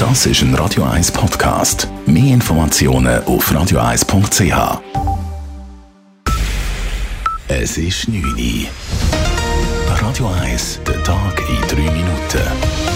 Das ist ein Radio 1 Podcast. Mehr Informationen auf radio1.ch. Es ist 9 Uhr. Radio 1, der Tag in 3 Minuten.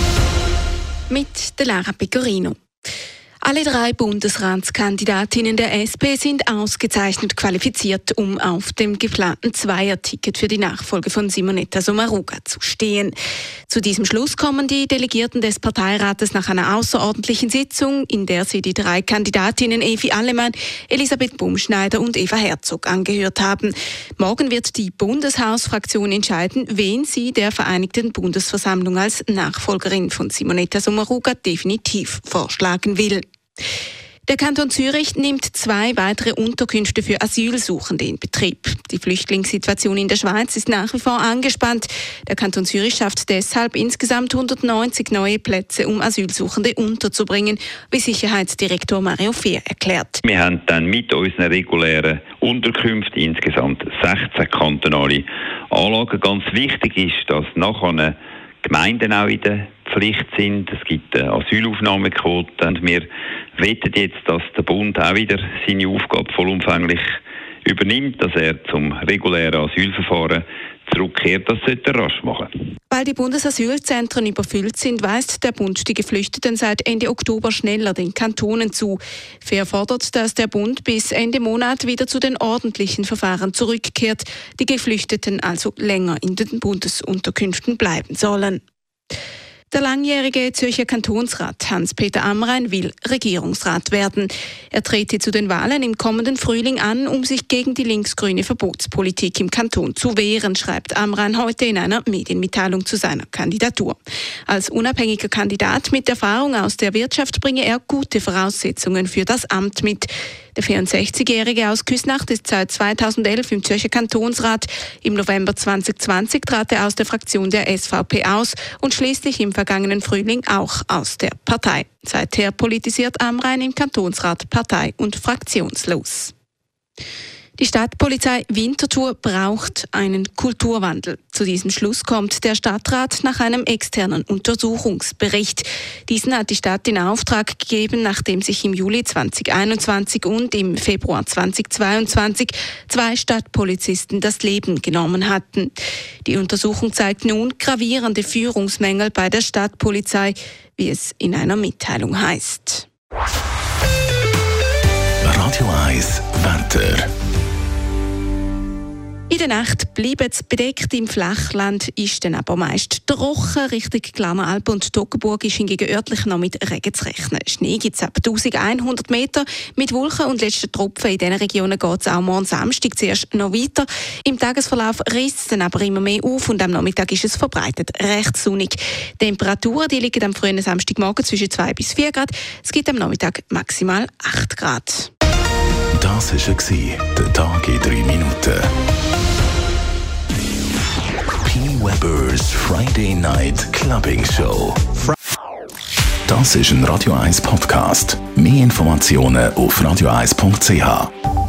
Mit der Lara Pecorino. Alle 3 Bundesratskandidatinnen der SP sind ausgezeichnet qualifiziert, um auf dem geplanten Zweierticket für die Nachfolge von Simonetta Sommaruga zu stehen. Zu diesem Schluss kommen die Delegierten des Parteirates nach einer außerordentlichen Sitzung, in der sie die 3 Kandidatinnen Evi Allemann, Elisabeth Bumschneider und Eva Herzog angehört haben. Morgen wird die Bundeshausfraktion entscheiden, wen sie der Vereinigten Bundesversammlung als Nachfolgerin von Simonetta Sommaruga definitiv vorschlagen will. Der Kanton Zürich nimmt 2 weitere Unterkünfte für Asylsuchende in Betrieb. Die Flüchtlingssituation in der Schweiz ist nach wie vor angespannt. Der Kanton Zürich schafft deshalb insgesamt 190 neue Plätze, um Asylsuchende unterzubringen, wie Sicherheitsdirektor Mario Fehr erklärt. Wir haben dann mit unseren regulären Unterkünften insgesamt 16 kantonale Anlagen. Ganz wichtig ist, dass nachher Gemeinden auch in der Pflicht sind. Es gibt eine Asylaufnahmequote und wir wollen jetzt, dass der Bund auch wieder seine Aufgabe vollumfänglich übernimmt, dass er zum regulären Asylverfahren zurückkehrt. Das sollte er rasch machen. Weil die Bundesasylzentren überfüllt sind, weist der Bund die Geflüchteten seit Ende Oktober schneller den Kantonen zu. Fehr fordert, dass der Bund bis Ende Monat wieder zu den ordentlichen Verfahren zurückkehrt, die Geflüchteten also länger in den Bundesunterkünften bleiben sollen. Der langjährige Zürcher Kantonsrat Hans-Peter Amrain will Regierungsrat werden. Er trete zu den Wahlen im kommenden Frühling an, um sich gegen die linksgrüne Verbotspolitik im Kanton zu wehren, schreibt Amrain heute in einer Medienmitteilung zu seiner Kandidatur. Als unabhängiger Kandidat mit Erfahrung aus der Wirtschaft bringe er gute Voraussetzungen für das Amt mit. Der 64-Jährige aus Küsnacht ist seit 2011 im Zürcher Kantonsrat. Im November 2020 trat er aus der Fraktion der SVP aus und schließlich im vergangenen Frühling auch aus der Partei. Seither politisiert Amrain im Kantonsrat partei- und fraktionslos. Die Stadtpolizei Winterthur braucht einen Kulturwandel. Zu diesem Schluss kommt der Stadtrat nach einem externen Untersuchungsbericht. Diesen hat die Stadt in Auftrag gegeben, nachdem sich im Juli 2021 und im Februar 2022 2 Stadtpolizisten das Leben genommen hatten. Die Untersuchung zeigt nun gravierende Führungsmängel bei der Stadtpolizei, wie es in einer Mitteilung heißt. Radio 1 Wetter. In der Nacht bleibt es bedeckt, im Flachland ist dann aber meist trocken. Richtung Glarner Alpen und Toggenburg ist hingegen örtlich noch mit Regen zu rechnen. Schnee gibt es ab 1100 Meter. Mit Wolken und letzten Tropfen in diesen Regionen geht es auch morgen Samstag zuerst noch weiter. Im Tagesverlauf risst es dann aber immer mehr auf und am Nachmittag ist es verbreitet recht sonnig. Die Temperaturen die liegen am frühen Samstagmorgen zwischen 2 bis 4 Grad. Es gibt am Nachmittag maximal 8 Grad. Das war der Tag in 3 Minuten. P. Weber's Friday Night Clubbing Show. Das ist ein Radio 1 Podcast. Mehr Informationen auf radio1.ch.